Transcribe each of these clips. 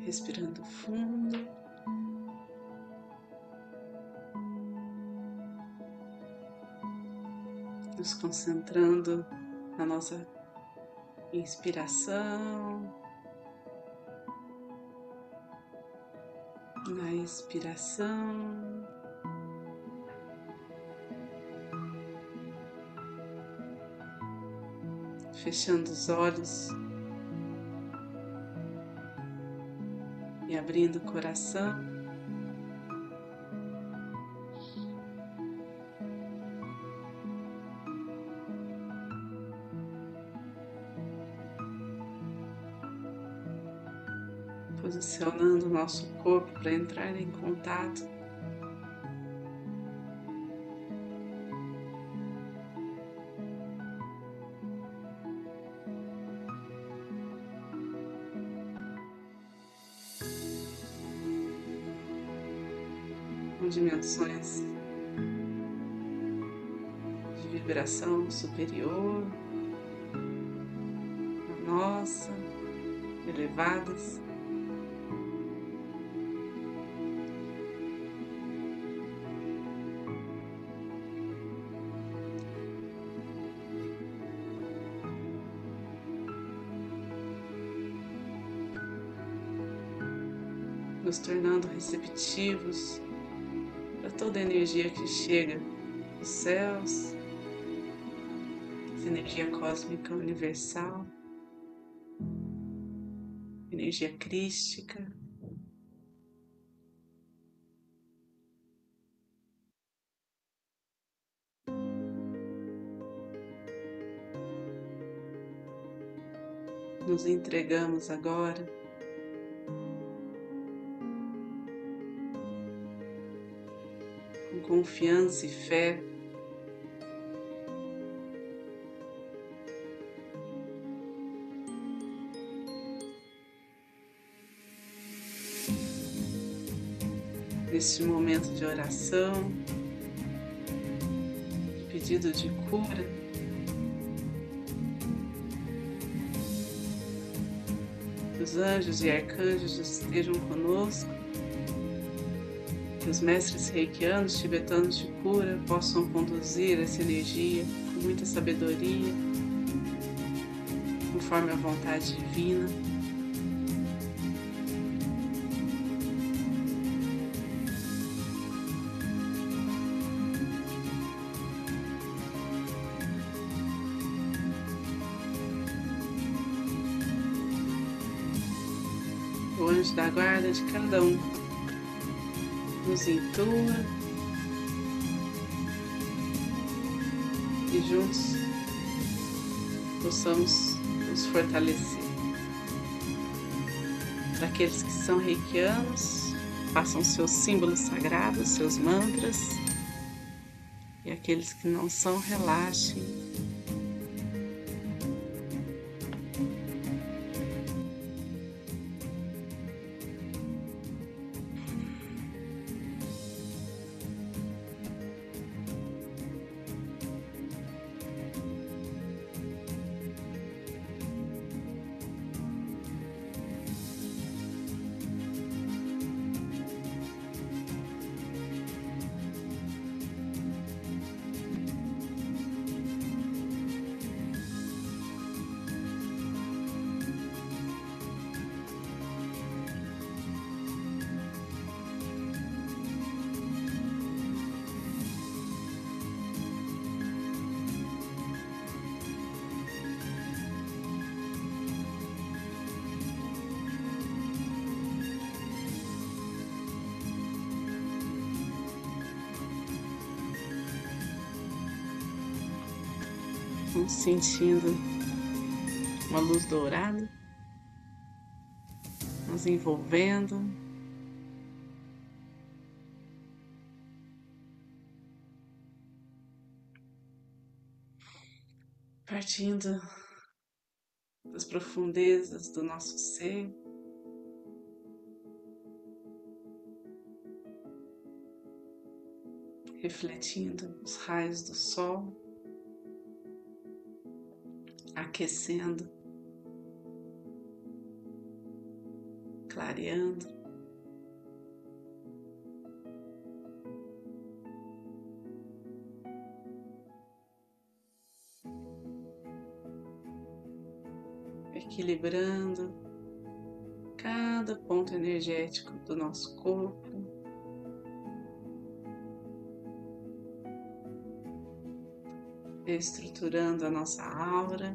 respirando fundo. Nos concentrando na nossa inspiração, na expiração. Fechando os olhos e abrindo o coração. Posicionando o nosso corpo para entrar em contato com dimensões de vibração superior a nossa, elevadas. Nos tornando receptivos para toda a energia que chega dos céus, essa energia cósmica universal, energia crística. Nos entregamos agora com confiança e fé neste momento de oração, de pedido de cura. Que os anjos e arcanjos estejam conosco, que os mestres reikianos tibetanos de cura possam conduzir essa energia com muita sabedoria, conforme a vontade divina. O anjo da guarda de cada um nos intua e juntos possamos nos fortalecer. Para aqueles que são reikianos, façam seus símbolos sagrados, seus mantras, e aqueles que não são, relaxem. Vamos sentindo uma luz dourada nos envolvendo. Partindo das profundezas do nosso ser. Refletindo os raios do sol, aquecendo clareando. Equilibrando cada ponto energético do nosso corpo. Estruturando a nossa aura.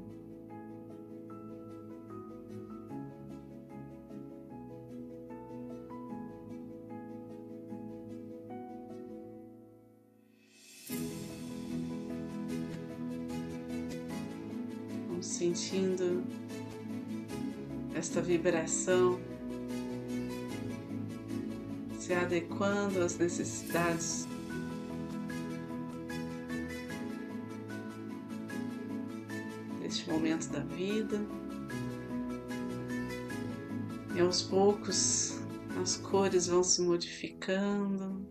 Vamos sentindo esta vibração se adequando às necessidades deste momento da vida. E aos poucos as cores vão se modificando.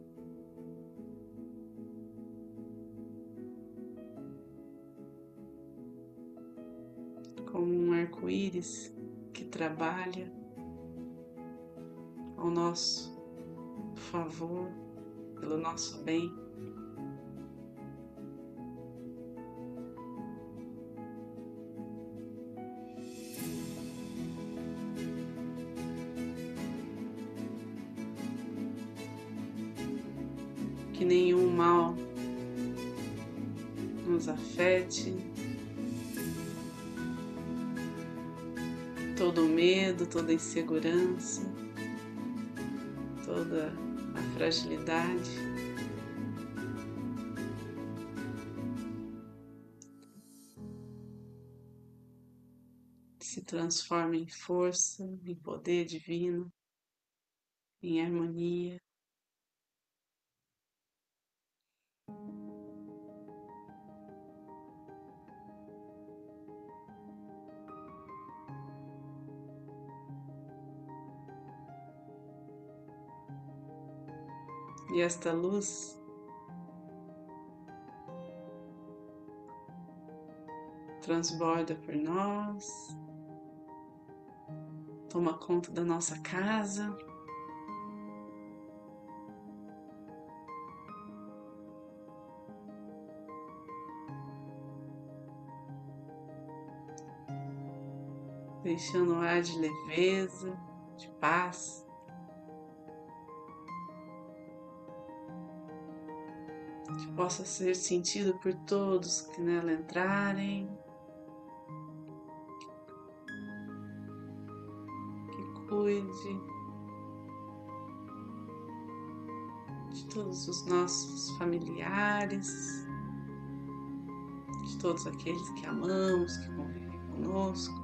Como um arco-íris que trabalha ao nosso favor, pelo nosso bem. Que nenhum mal nos afete, todo o medo, toda a insegurança, toda a fragilidade se transforma em força, em poder divino, em harmonia. E esta luz transborda por nós, toma conta da nossa casa, deixando um ar de leveza, de paz. Que possa ser sentido por todos que nela entrarem, que cuide de todos os nossos familiares, de todos aqueles que amamos, que convivem conosco.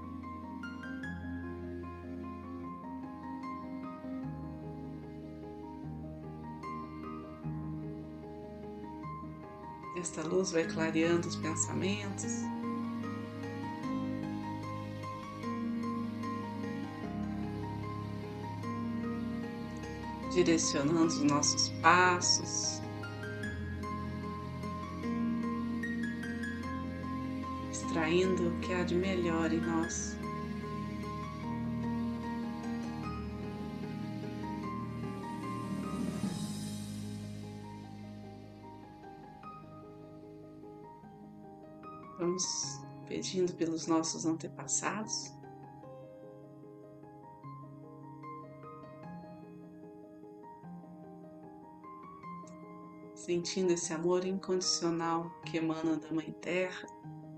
Esta luz vai clareando os pensamentos, direcionando os nossos passos, extraindo o que há de melhor em nós. Vamos pedindo pelos nossos antepassados, sentindo esse amor incondicional que emana da Mãe Terra.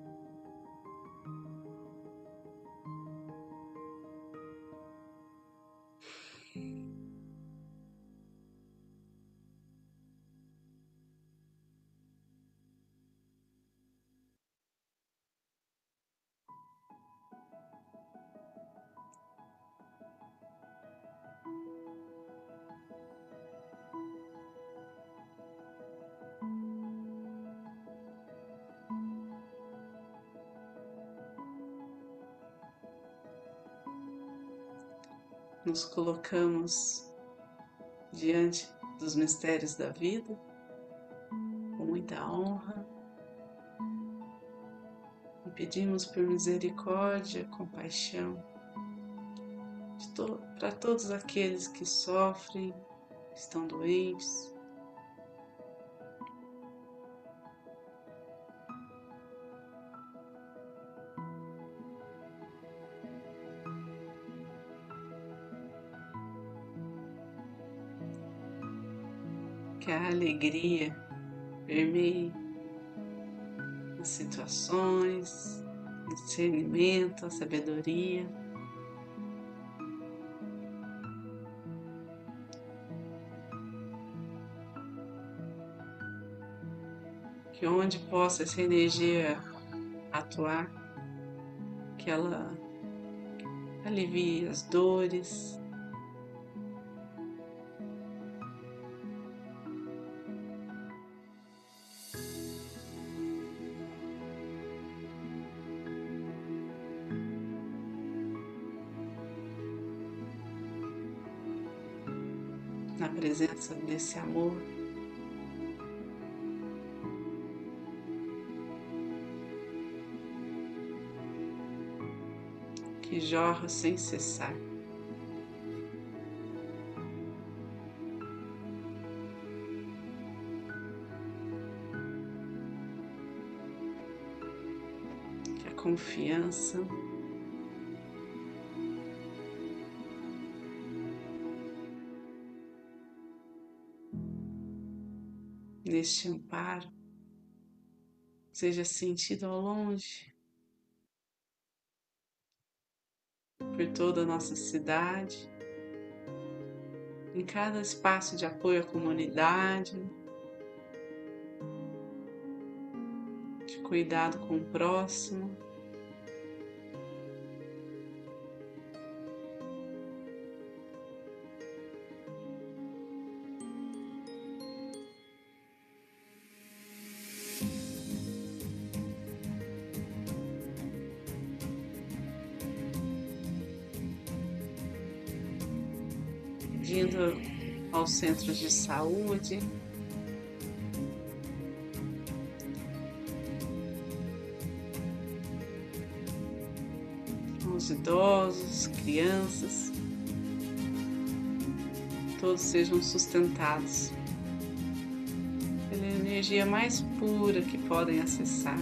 Nos colocamos diante dos mistérios da vida, com muita honra, e pedimos por misericórdia, compaixão, para todos aqueles que sofrem, estão doentes. Que a alegria permeie as situações, o discernimento, a sabedoria. Que onde possa essa energia atuar, que ela alivie as dores, na presença desse amor. Que jorra sem cessar. Que a confiança neste amparo seja sentido ao longe, por toda a nossa cidade, em cada espaço de apoio à comunidade, de cuidado com o próximo. Pedindo aos centros de saúde aos idosos, crianças, todos sejam sustentados pela energia mais pura que podem acessar.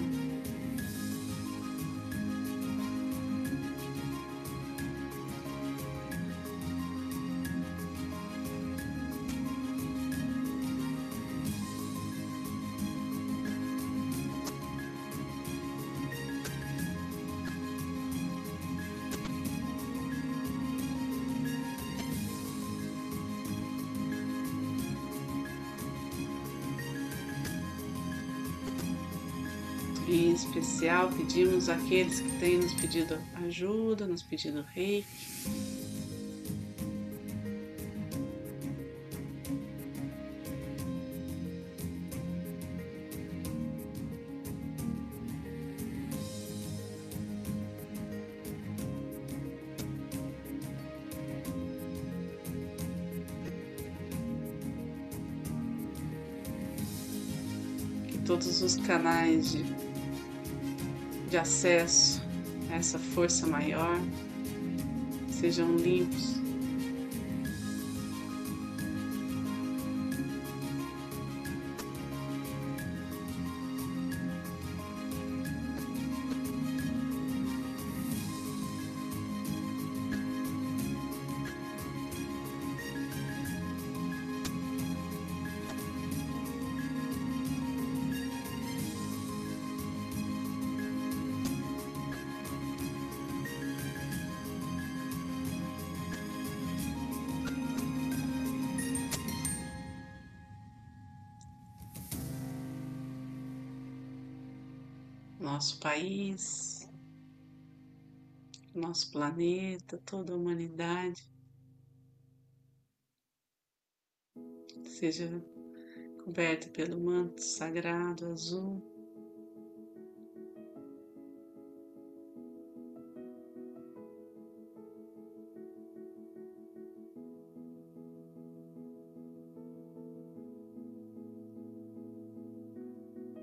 Em especial, pedimos àqueles que têm nos pedido ajuda, nos pedido reiki, que todos os canais de acesso a essa força maior sejam limpos. Nosso país, nosso planeta, toda a humanidade seja coberta pelo manto sagrado azul.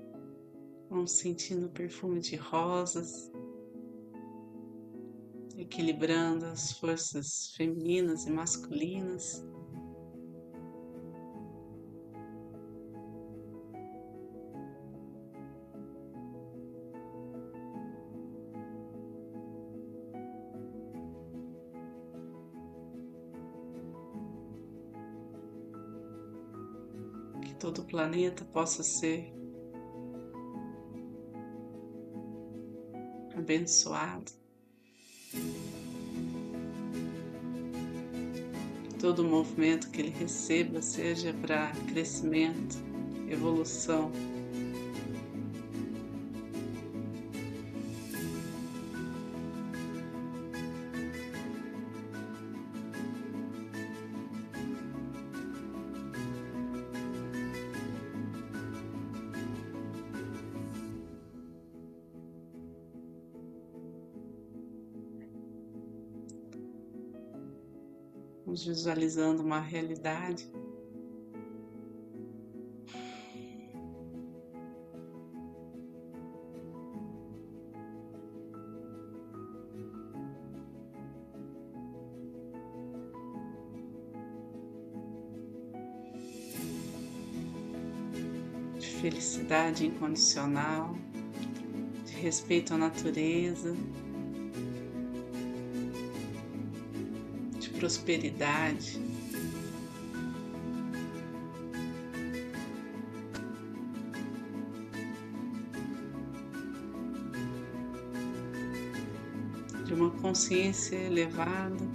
Vamos sentindo o perfume de rosas, equilibrando as forças femininas e masculinas. Que todo o planeta possa ser abençoado. Que todo movimento que ele receba seja para crescimento, evolução. Vamos visualizando uma realidade de felicidade incondicional, de respeito à natureza, de prosperidade. De uma consciência elevada,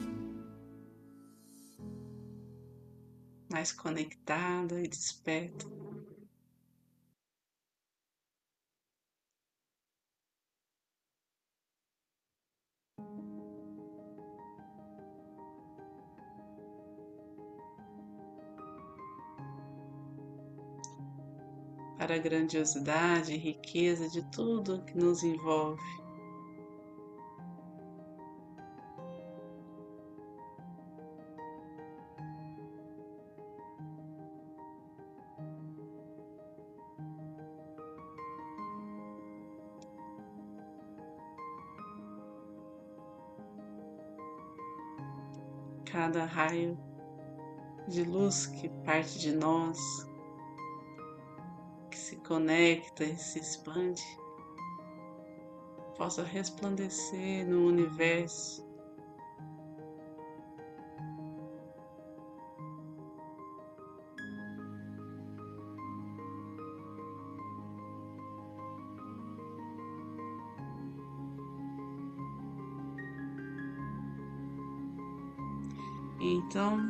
mais conectada e desperta. Para a grandiosidade e riqueza de tudo que nos envolve. Cada raio de luz que parte de nós, que se conecta e se expande, possa resplandecer no universo, e então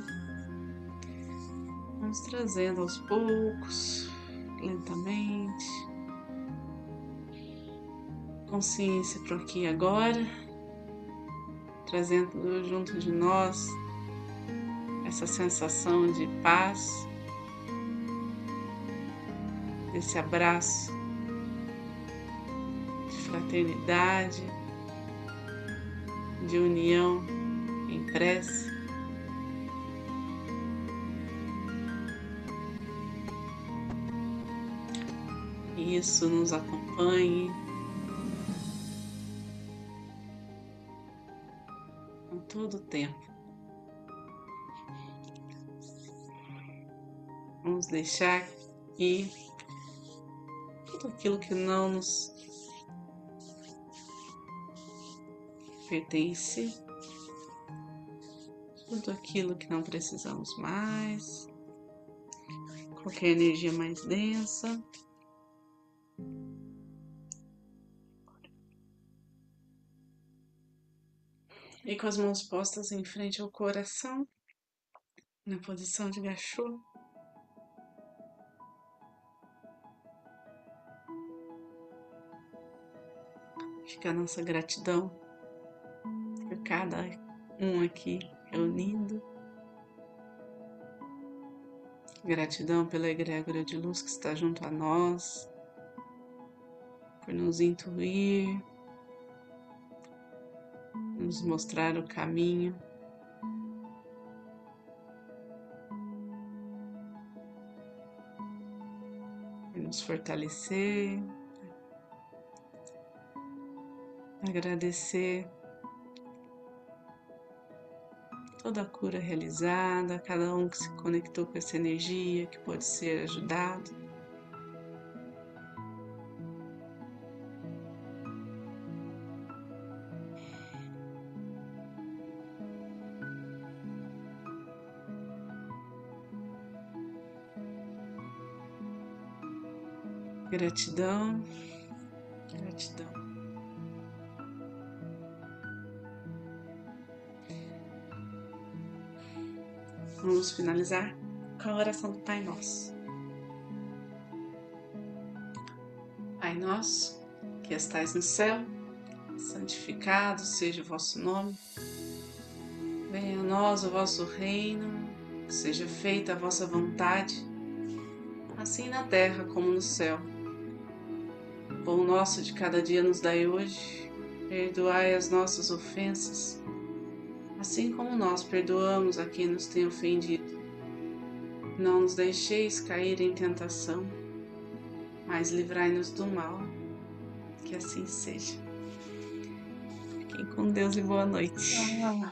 vamos trazendo aos poucos, lentamente, consciência para o aqui e agora, trazendo junto de nós essa sensação de paz, desse abraço de fraternidade, de união em prece. E isso nos acompanhe em todo o tempo. Vamos deixar que tudo aquilo que não nos pertence, tudo aquilo que não precisamos mais, qualquer energia mais densa, e com as mãos postas em frente ao coração, na posição de gachô, fica a nossa gratidão por cada um aqui reunido. Gratidão pela egrégora de luz que está junto a nós, por nos intuir, nos mostrar o caminho. Por nos fortalecer. Agradecer toda a cura realizada, cada um que se conectou com essa energia, que pode ser ajudado. Gratidão, gratidão. Vamos finalizar com a oração do Pai Nosso. Pai nosso, que estais no céu, santificado seja o vosso nome. Venha a nós o vosso reino, seja feita a vossa vontade, assim na terra como no céu. O pão nosso de cada dia nos dai hoje, perdoai as nossas ofensas, assim como nós perdoamos a quem nos tem ofendido. Não nos deixeis cair em tentação, mas livrai-nos do mal, que assim seja. Fiquem com Deus e boa noite.